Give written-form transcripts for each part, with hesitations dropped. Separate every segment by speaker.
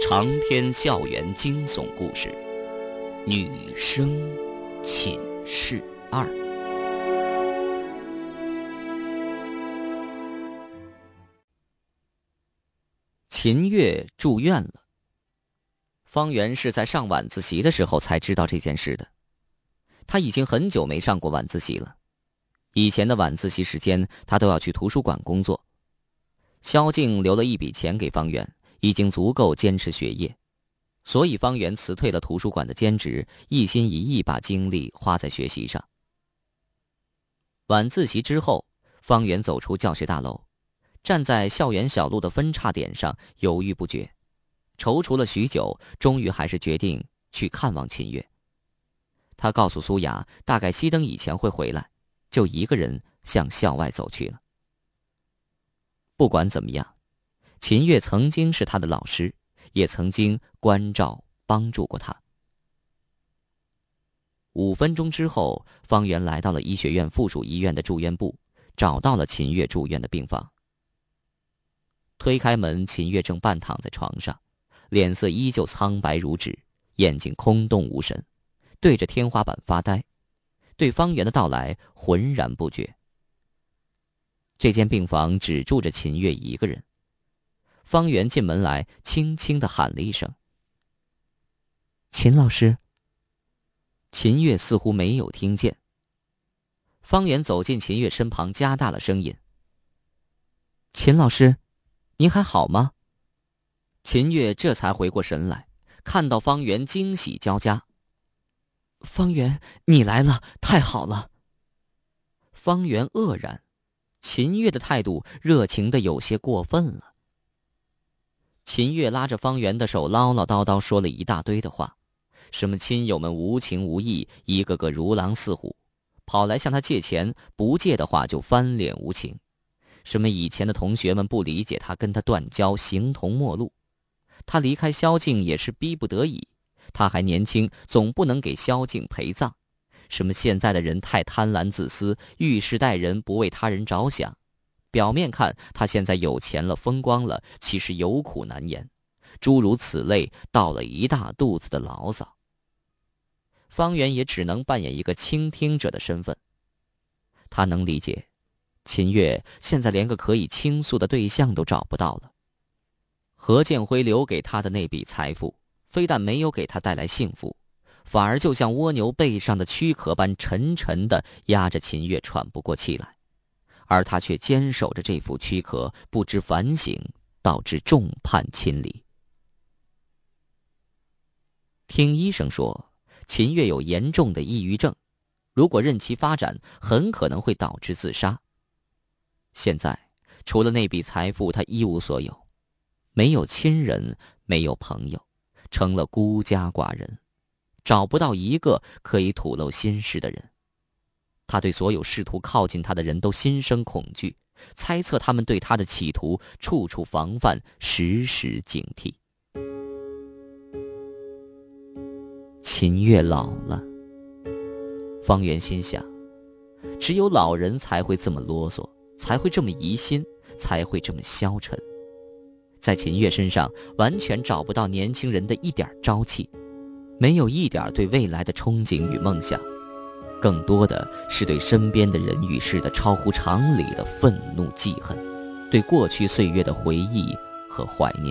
Speaker 1: 长篇校园惊悚故事《女生寝室2》。秦月住院了。方圆是在上晚自习的时候才知道这件事的。他已经很久没上过晚自习了。以前的晚自习时间，他都要去图书馆工作。萧静留了一笔钱给方圆，已经足够坚持学业，所以方圆辞退了图书馆的兼职，一心一意把精力花在学习上。晚自习之后，方圆走出教学大楼，站在校园小路的分岔点上犹豫不决，踌躇了许久，终于还是决定去看望秦月。他告诉苏雅，大概熄灯以前会回来，就一个人向校外走去了。不管怎么样，秦月曾经是他的老师，也曾经关照帮助过他。5分钟之后，方圆来到了医学院附属医院的住院部，找到了秦月住院的病房。推开门，秦月正半躺在床上，脸色依旧苍白如纸，眼睛空洞无神，对着天花板发呆，对方圆的到来浑然不觉。这间病房只住着秦月一个人。方圆进门来，轻轻地喊了一声：“秦老师。”秦月似乎没有听见。方圆走进秦月身旁，加大了声音：“秦老师，您还好吗？”秦月这才回过神来，看到方圆惊喜交加：“方圆，你来了，太好了。”方圆愕然，秦月的态度热情的有些过分了。秦月拉着方圆的手，唠唠叨叨说了一大堆的话，什么亲友们无情无义，一个个如狼似虎，跑来向他借钱，不借的话就翻脸无情。什么以前的同学们不理解他，跟他断交，形同陌路。他离开萧静也是逼不得已，他还年轻，总不能给萧静陪葬。什么现在的人太贪婪自私，遇事待人，不为他人着想。表面看他现在有钱了，风光了，其实有苦难言。诸如此类，倒了一大肚子的牢骚。方圆也只能扮演一个倾听者的身份。他能理解，秦月现在连个可以倾诉的对象都找不到了。何建辉留给他的那笔财富，非但没有给他带来幸福，反而就像蜗牛背上的躯壳般沉沉地压着秦月喘不过气来，而他却坚守着这副躯壳，不知反省，导致众叛亲离。听医生说，秦月有严重的抑郁症，如果任其发展，很可能会导致自杀。现在除了那笔财富，他一无所有，没有亲人，没有朋友，成了孤家寡人，找不到一个可以吐露心事的人。他对所有试图靠近他的人都心生恐惧，猜测他们对他的企图，处处防范，时时警惕。秦月老了，方圆心想，只有老人才会这么啰嗦，才会这么疑心，才会这么消沉。在秦月身上完全找不到年轻人的一点朝气，没有一点对未来的憧憬与梦想，更多的是对身边的人与事的超乎常理的愤怒记恨，对过去岁月的回忆和怀念。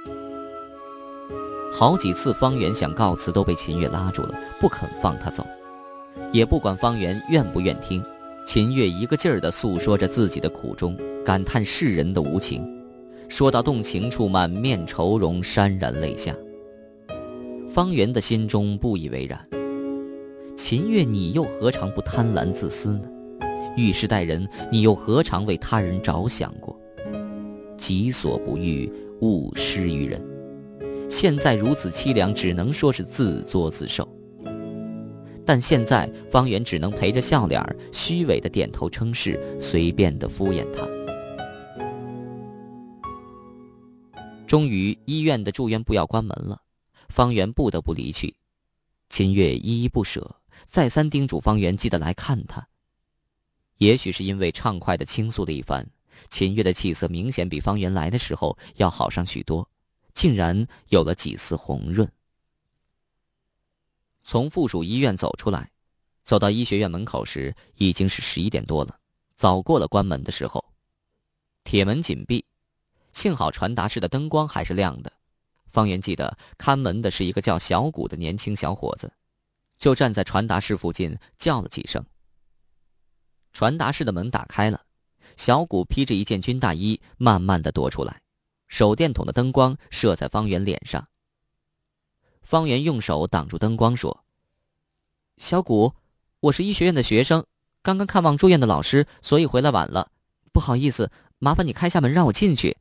Speaker 1: 好几次方圆想告辞，都被秦月拉住了，不肯放他走。也不管方圆愿不愿听，秦月一个劲儿地诉说着自己的苦衷，感叹世人的无情，说到动情处，满面愁容，潸然泪下。方圆的心中不以为然，秦月，你又何尝不贪婪自私呢？遇事待人，你又何尝为他人着想过？己所不欲，勿施于人。现在如此凄凉，只能说是自作自受。但现在方圆只能陪着笑脸，虚伪的点头称是，随便的敷衍他。终于医院的住院部要关门了，方圆不得不离去。秦月依依不舍，再三叮嘱方圆记得来看他。也许是因为畅快地倾诉了一番，秦月的气色明显比方圆来的时候要好上许多， 竟然有了几丝红润。从附属医院走出来，走到医学院门口时，已经是11点多了，早过了关门的时候。铁门紧闭，幸好传达室的灯光还是亮的。方圆记得看门的是一个叫小谷的年轻小伙子，就站在传达室附近叫了几声。传达室的门打开了，小谷披着一件军大衣慢慢地踱出来，手电筒的灯光射在方圆脸上。方圆用手挡住灯光说：“小谷，我是医学院的学生，刚刚看望住院的老师，所以回来晚了，不好意思，麻烦你开下门让我进去。”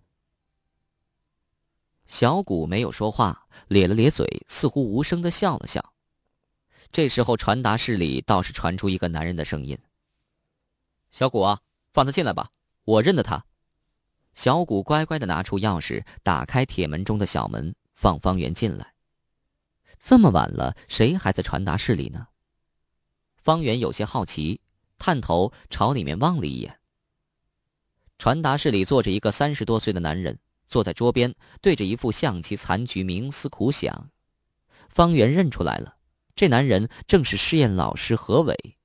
Speaker 1: 小谷没有说话，咧了咧嘴，似乎无声地笑了笑。这时候传达室里倒是传出一个男人的声音：“小谷啊，放他进来吧，我认得他。”小谷乖乖地拿出钥匙，打开铁门中的小门，放方圆进来。这么晚了，谁还在传达室里呢？方圆有些好奇，探头朝里面望了一眼。传达室里坐着一个30多岁的男人，坐在桌边，对着一副象棋残局冥思苦想。方圆认出来了，这男人正是试验老师何伟。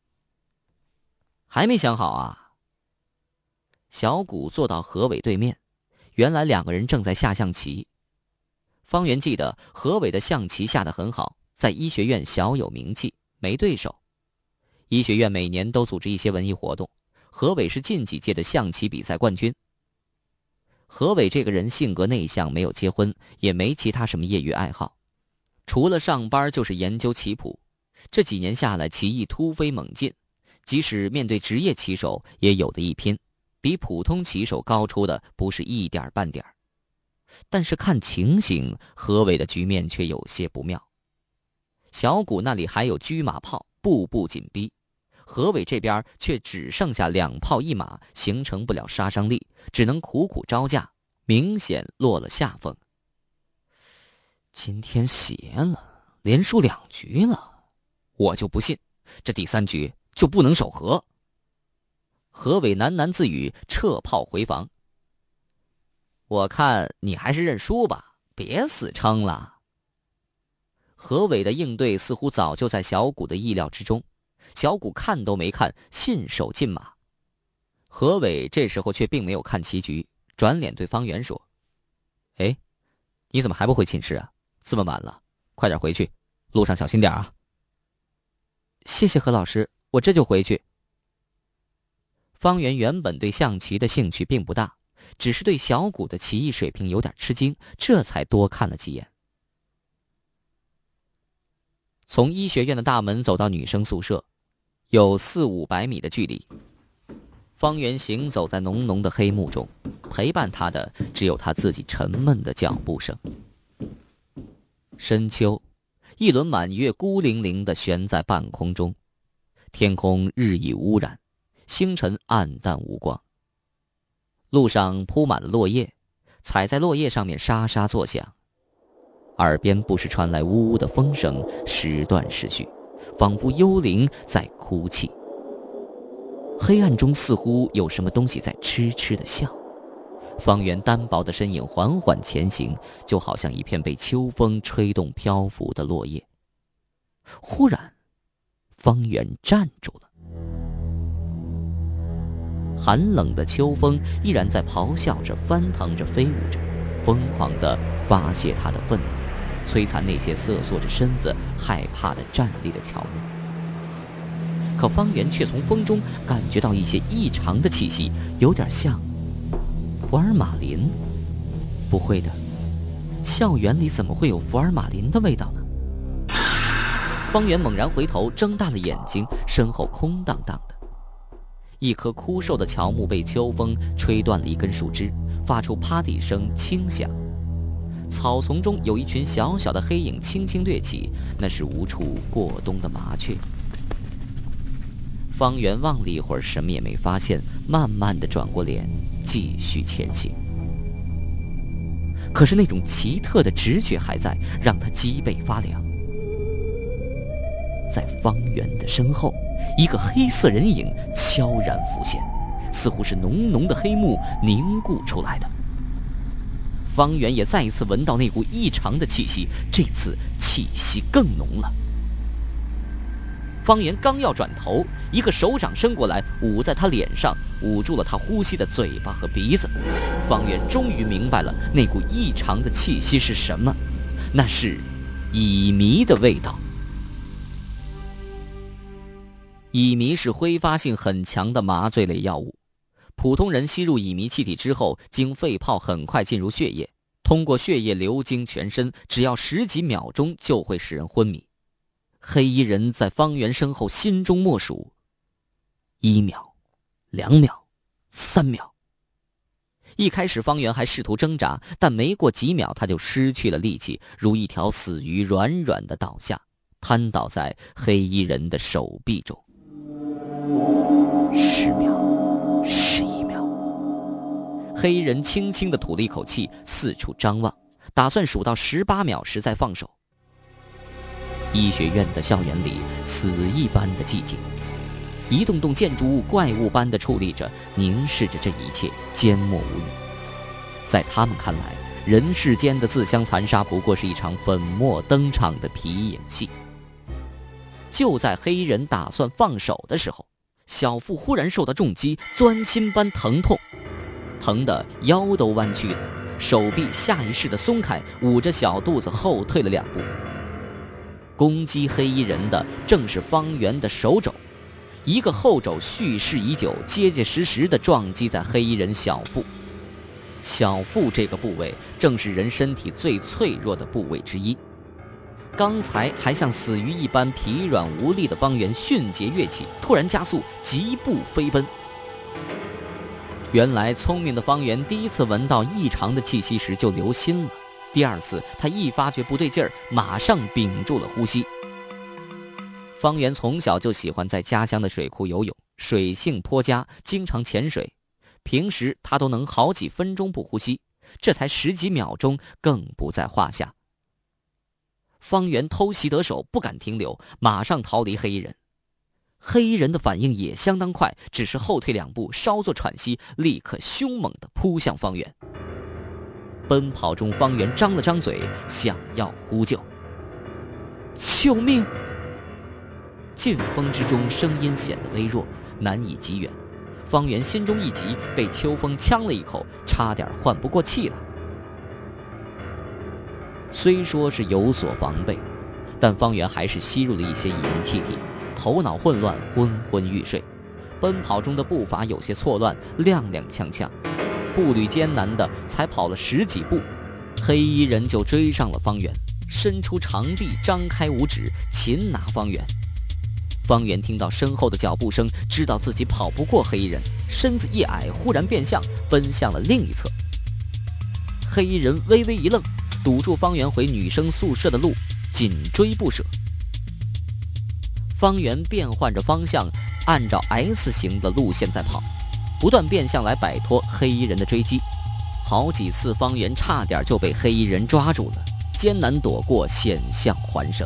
Speaker 1: 还没想好啊？小谷坐到何伟对面，原来2个人正在下象棋。方圆记得何伟的象棋下得很好，在医学院小有名气，没对手。医学院每年都组织一些文艺活动，何伟是近几届的象棋比赛冠军。何伟这个人性格内向，没有结婚，也没其他什么业余爱好，除了上班就是研究棋谱。这几年下来，棋艺突飞猛进，即使面对职业棋手也有的一拼，比普通棋手高出的不是一点半点。但是看情形，何伟的局面却有些不妙。小谷那里还有车马炮，步步紧逼，何伟这边却只剩下2炮1马，形成不了杀伤力，只能苦苦招架，明显落了下风。今天邪了，连输2局了，我就不信这第3局就不能守和。何伟喃喃自语，撤炮回房。我看你还是认输吧，别死撑了。何伟的应对似乎早就在小谷的意料之中，小谷看都没看，信手进马。何伟这时候却并没有看棋局，转脸对方圆说：“哎，你怎么还不回寝室啊？这么晚了，快点回去，路上小心点啊。”“谢谢何老师，我这就回去。”方圆原本对象棋的兴趣并不大，只是对小谷的棋艺水平有点吃惊，这才多看了几眼。从医学院的大门走到女生宿舍，有400-500米的距离。方圆行走在浓浓的黑幕中，陪伴他的只有他自己沉闷的脚步声。深秋，一轮满月孤零零地悬在半空中，天空日益污染，星辰暗淡无光。路上铺满了落叶，踩在落叶上面沙沙作响，耳边不时传来呜呜的风声，时断时续，仿佛幽灵在哭泣。黑暗中似乎有什么东西在痴痴地笑。方圆单薄的身影缓缓前行，就好像一片被秋风吹动漂浮的落叶。忽然，方圆站住了。寒冷的秋风依然在咆哮着，翻腾着，飞舞着，疯狂地发泄他的愤怒，摧残那些瑟缩着身子害怕地站立的乔木。可方圆却从风中感觉到一些异常的气息，有点像福尔马林。不会的，校园里怎么会有福尔马林的味道呢？方圆猛然回头，睁大了眼睛，身后空荡荡的。一棵枯瘦的乔木被秋风吹断了一根树枝，发出啪的一声轻响。草丛中有一群小小的黑影轻轻掠起，那是无处过冬的麻雀。方圆望了一会儿，什么也没发现，慢慢地转过脸，继续前行。可是那种奇特的直觉还在，让他脊背发凉。在方圆的身后，一个黑色人影悄然浮现，似乎是浓浓的黑幕凝固出来的。 方圆也再一次闻到那股异常的气息，这次气息更浓了。方圆刚要转头，一个手掌伸过来，捂在他脸上，捂住了他呼吸的嘴巴和鼻子。方圆终于明白了那股异常的气息是什么，那是乙醚的味道。乙醚是挥发性很强的麻醉类药物，普通人吸入乙醚气体之后，经肺泡很快进入血液，通过血液流经全身，只要10几秒钟就会使人昏迷。黑衣人在方圆身后心中默数：1秒、2秒、3秒。一开始方圆还试图挣扎，但没过几秒他就失去了力气，如一条死鱼软软的倒下，瘫倒在黑衣人的手臂中。10秒、11秒。黑衣人轻轻地吐了一口气，四处张望，打算数到18秒时再放手。医学院的校园里死一般的寂静，一栋栋建筑物怪物般的矗立着，凝视着这一切，缄默无语。在他们看来，人世间的自相残杀不过是一场粉墨登场的皮影戏。就在黑衣人打算放手的时候，小腹忽然受到重击，钻心般疼痛，疼得腰都弯曲了，手臂下意识地松开，捂着小肚子后退了2步。攻击黑衣人的正是方圆的手肘，一个后肘蓄势已久，结结实实地撞击在黑衣人小腹。小腹这个部位正是人身体最脆弱的部位之一。刚才还像死鱼一般疲软无力的方圆迅捷跃起，突然加速，疾步飞奔。原来聪明的方圆第一次闻到异常的气息时就留心了，第2次他一发觉不对劲儿，马上屏住了呼吸。方圆从小就喜欢在家乡的水库游泳，水性颇佳，经常潜水，平时他都能好几分钟不呼吸，这才10几秒钟更不在话下。方圆偷袭得手，不敢停留，马上逃离黑衣人。黑衣人的反应也相当快，只是后退2步，稍作喘息，立刻凶猛地扑向方圆。奔跑中，方圆张了张嘴，想要呼救：“救命！”劲风之中，声音显得微弱，难以及远。方圆心中一急，被秋风呛了一口，差点换不过气来。虽说是有所防备，但方圆还是吸入了一些乙醚气体，头脑混乱，昏昏欲睡。奔跑中的步伐有些错乱，踉踉跄跄，步履艰难的才跑了10几步，黑衣人就追上了方圆，伸出长臂，张开五指，擒拿方圆。方圆听到身后的脚步声，知道自己跑不过黑衣人，身子一矮，忽然变向，奔向了另一侧。黑衣人微微一愣，堵住方圆回女生宿舍的路，紧追不舍。方圆变换着方向，按照 S 型的路线在跑，不断变向来摆脱黑衣人的追击。好几次方圆差点就被黑衣人抓住了，艰难躲过，险象环生。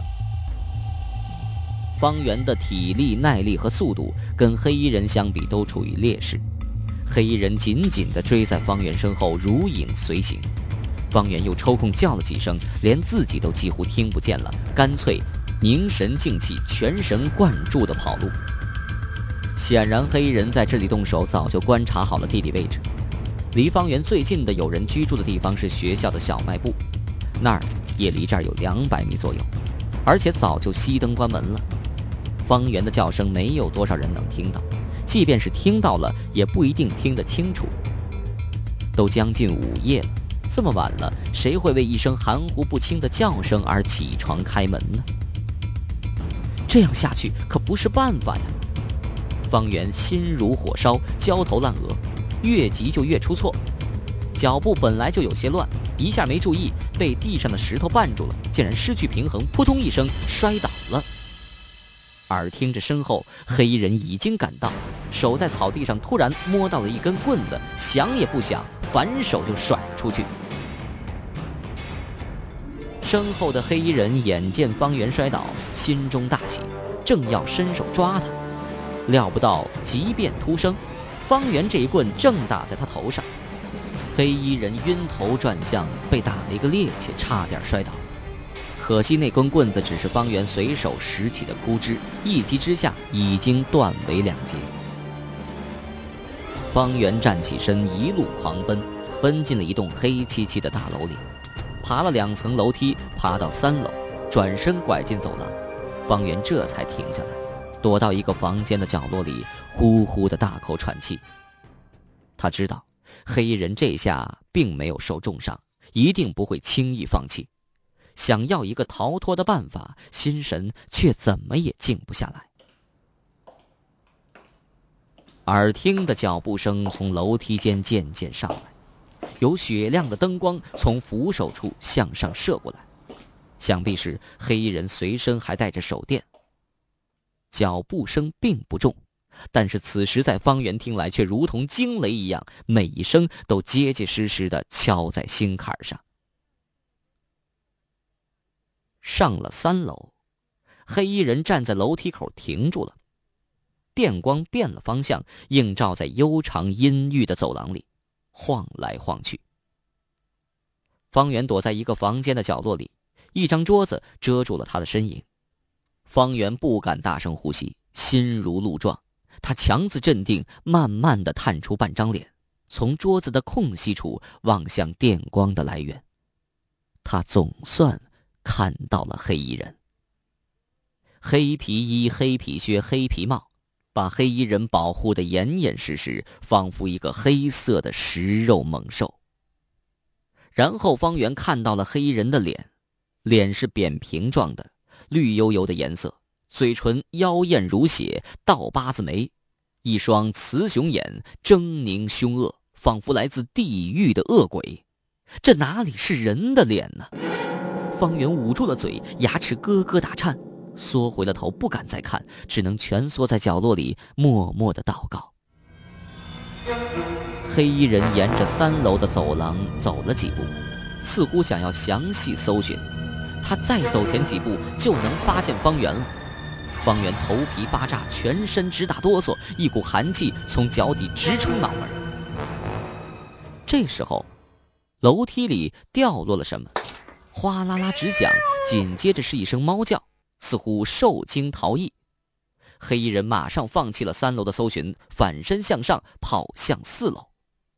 Speaker 1: 方圆的体力、耐力和速度跟黑衣人相比都处于劣势，黑衣人紧紧地追在方圆身后，如影随形。方圆又抽空叫了几声，连自己都几乎听不见了，干脆凝神静气，全神贯注地跑路。显然黑衣人在这里动手早就观察好了地理位置，离方圆最近的有人居住的地方是学校的小卖部，那儿也离这儿有200米左右，而且早就熄灯关门了。方圆的叫声没有多少人能听到，即便是听到了，也不一定听得清楚。都将近午夜了，这么晚了，谁会为一声含糊不清的叫声而起床开门呢？这样下去可不是办法呀！方圆心如火烧，焦头烂额，越急就越出错。脚步本来就有些乱，一下没注意，被地上的石头绊住了，竟然失去平衡，扑通一声摔倒了。耳听着身后黑衣人已经赶到，手在草地上突然摸到了一根棍子，想也不想，反手就甩了出去。身后的黑衣人眼见方圆摔倒，心中大喜，正要伸手抓他，料不到即便突生，方圆这一棍正打在他头上。 黑衣人晕头转向，被打了一个趔趄，差点摔倒。可惜那根棍子只是方圆随手拾起的枯枝，一击之下已经断为两截。方圆站起身，一路狂奔，奔进了一栋黑漆漆的大楼里，爬了2层楼梯，爬到3楼，转身拐进走廊。方圆这才停下来，躲到一个房间的角落里，呼呼的大口喘气。他知道黑衣人这下并没有受重伤，一定不会轻易放弃。想要一个逃脱的办法，心神却怎么也静不下来。耳听的脚步声从楼梯间渐渐上来，有雪亮的灯光从扶手处向上射过来，想必是黑衣人随身还带着手电。脚步声并不重，但是此时在方圆听来却如同惊雷一样，每一声都结结实实地敲在心坎上。上了3楼，黑衣人站在楼梯口停住了，电光变了方向，映照在悠长阴郁的走廊里，晃来晃去。方圆躲在一个房间的角落里，一张桌子遮住了他的身影。方圆不敢大声呼吸，心如鹿撞。他强自镇定，慢慢地探出半张脸，从桌子的空隙处望向电光的来源。他总算看到了黑衣人。黑皮衣、黑皮靴、黑皮帽，把黑衣人保护得严严实实，仿佛一个黑色的食肉猛兽。然后方圆看到了黑衣人的脸，脸是扁平状的，绿油油的颜色，嘴唇妖艳如血，倒八字眉，一双雌雄眼狰狞凶恶，仿佛来自地狱的恶鬼。这哪里是人的脸呢？方圆捂住了嘴，牙齿咯咯打颤，缩回了头，不敢再看，只能蜷缩在角落里，默默地祷告。黑衣人沿着3楼的走廊走了几步，似乎想要详细搜寻。他再走前几步就能发现方圆了。方圆头皮发炸，全身直打哆嗦，一股寒气从脚底直冲脑门。这时候楼梯里掉落了什么，哗啦啦直响，紧接着是一声猫叫，似乎受惊逃逸。黑衣人马上放弃了3楼的搜寻，反身向上跑向4楼。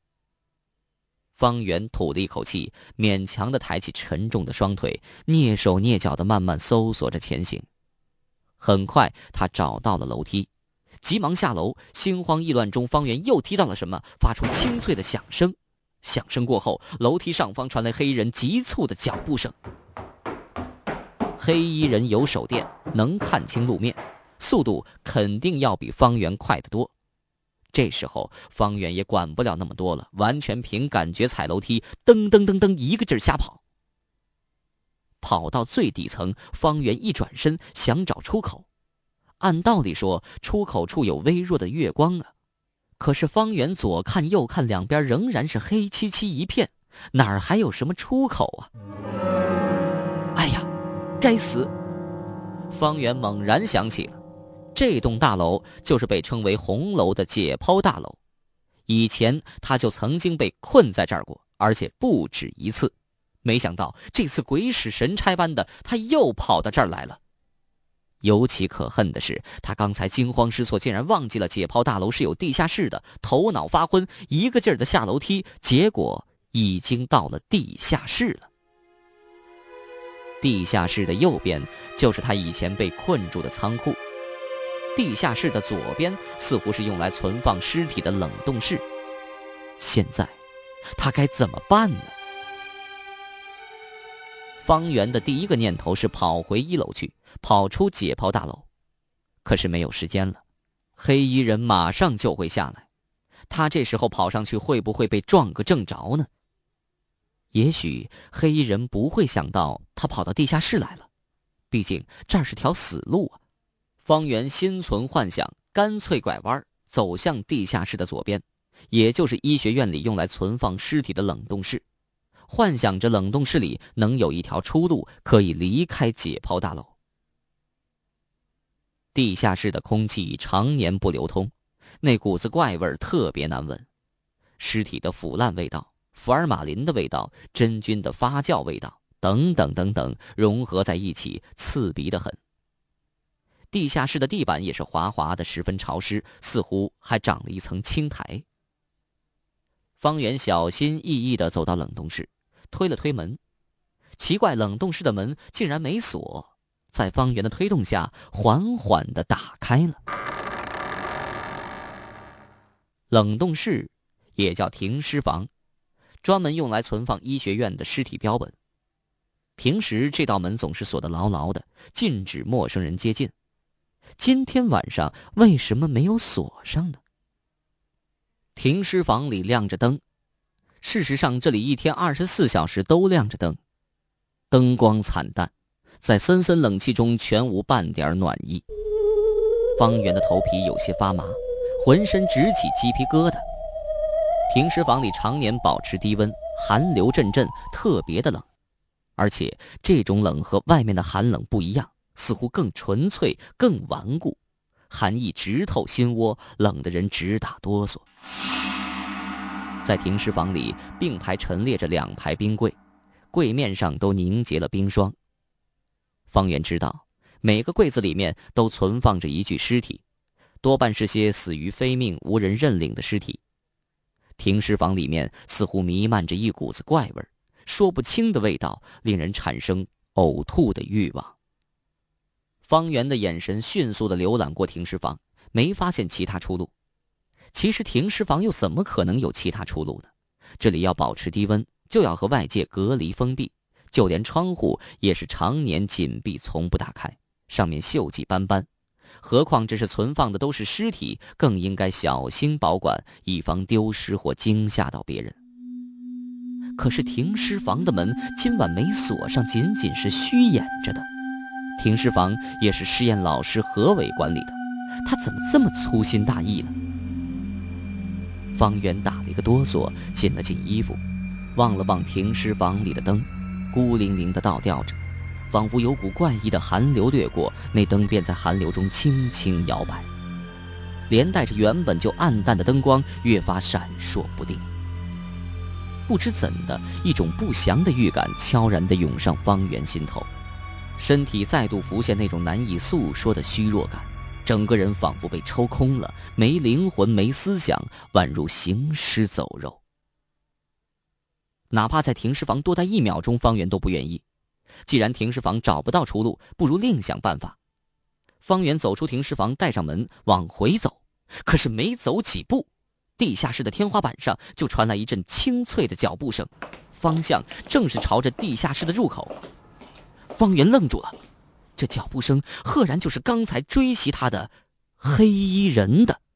Speaker 1: 方圆吐了一口气，勉强地抬起沉重的双腿，蹑手蹑脚地慢慢搜索着前行。很快他找到了楼梯，急忙下楼。心慌意乱中，方圆又踢到了什么，发出清脆的响声。响声过后，楼梯上方传来黑衣人急促的脚步声。黑衣人有手电，能看清路面，速度肯定要比方圆快得多。这时候方圆也管不了那么多了，完全凭感觉踩楼梯，噔噔噔噔一个劲儿瞎跑。跑到最底层，方圆一转身想找出口。按道理说出口处有微弱的月光啊，可是方圆左看右看，两边仍然是黑漆漆一片，哪儿还有什么出口啊？哎呀，该死！方圆猛然想起了，这栋大楼就是被称为红楼的解剖大楼，以前他就曾经被困在这儿过，而且不止一次。没想到这次鬼使神差般的，他又跑到这儿来了。尤其可恨的是，他刚才惊慌失措，竟然忘记了解剖大楼是有地下室的，头脑发昏，一个劲儿的下楼梯，结果已经到了地下室了。地下室的右边就是他以前被困住的仓库，地下室的左边似乎是用来存放尸体的冷冻室。现在他该怎么办呢？方圆的第一个念头是跑回1楼去，跑出解剖大楼。可是没有时间了，黑衣人马上就会下来，他这时候跑上去会不会被撞个正着呢？也许黑衣人不会想到他跑到地下室来了，毕竟这儿是条死路啊。方圆心存幻想，干脆拐弯走向地下室的左边，也就是医学院里用来存放尸体的冷冻室，幻想着冷冻室里能有一条出路，可以离开解剖大楼。地下室的空气常年不流通，那股子怪味特别难闻，尸体的腐烂味道福尔马林的味道、真菌的发酵味道等等等等融合在一起，刺鼻得很。地下室的地板也是滑滑的，十分潮湿，似乎还长了一层青苔。方圆小心翼翼地走到冷冻室，推了推门。奇怪，冷冻室的门竟然没锁，在方圆的推动下，缓缓地打开了。冷冻室也叫停尸房，专门用来存放医学院的尸体标本。平时这道门总是锁得牢牢的，禁止陌生人接近。今天晚上为什么没有锁上呢？停尸房里亮着灯，事实上这里一天24小时都亮着灯，灯光惨淡，在森森冷气中全无半点暖意。方圆的头皮有些发麻，浑身直起鸡皮疙瘩。停尸房里常年保持低温，寒流阵阵，特别的冷。而且这种冷和外面的寒冷不一样，似乎更纯粹，更顽固，寒意直透心窝，冷得人直打哆嗦。在停尸房里并排陈列着2排冰柜，柜面上都凝结了冰霜。方圆知道，每个柜子里面都存放着一具尸体，多半是些死于非命、无人认领的尸体。停尸房里面似乎弥漫着一股子怪味，说不清的味道，令人产生呕吐的欲望。方圆的眼神迅速地浏览过停尸房，没发现其他出路。其实停尸房又怎么可能有其他出路呢？这里要保持低温，就要和外界隔离封闭，就连窗户也是常年紧闭，从不打开，上面锈迹斑斑。何况这是存放的都是尸体，更应该小心保管，以防丢失或惊吓到别人。可是停尸房的门今晚没锁上，仅仅是虚掩着的。停尸房也是实验老师何伟管理的，他怎么这么粗心大意呢？方圆打了一个哆嗦，紧了紧衣服，望了望停尸房里的灯，孤零零地倒吊着，仿佛有股怪异的寒流掠过，那灯便在寒流中轻轻摇摆，连带着原本就暗淡的灯光越发闪烁不定。不知怎的，一种不祥的预感悄然地涌上方圆心头，身体再度浮现那种难以诉说的虚弱感，整个人仿佛被抽空了，没灵魂，没思想，宛如行尸走肉。哪怕在停尸房多待1秒钟，方圆都不愿意。既然停尸房找不到出路，不如另想办法。方圆走出停尸房，带上门往回走，可是没走几步，地下室的天花板上就传来一阵清脆的脚步声，方向正是朝着地下室的入口。方圆愣住了，这脚步声赫然就是刚才追袭他的黑衣人的。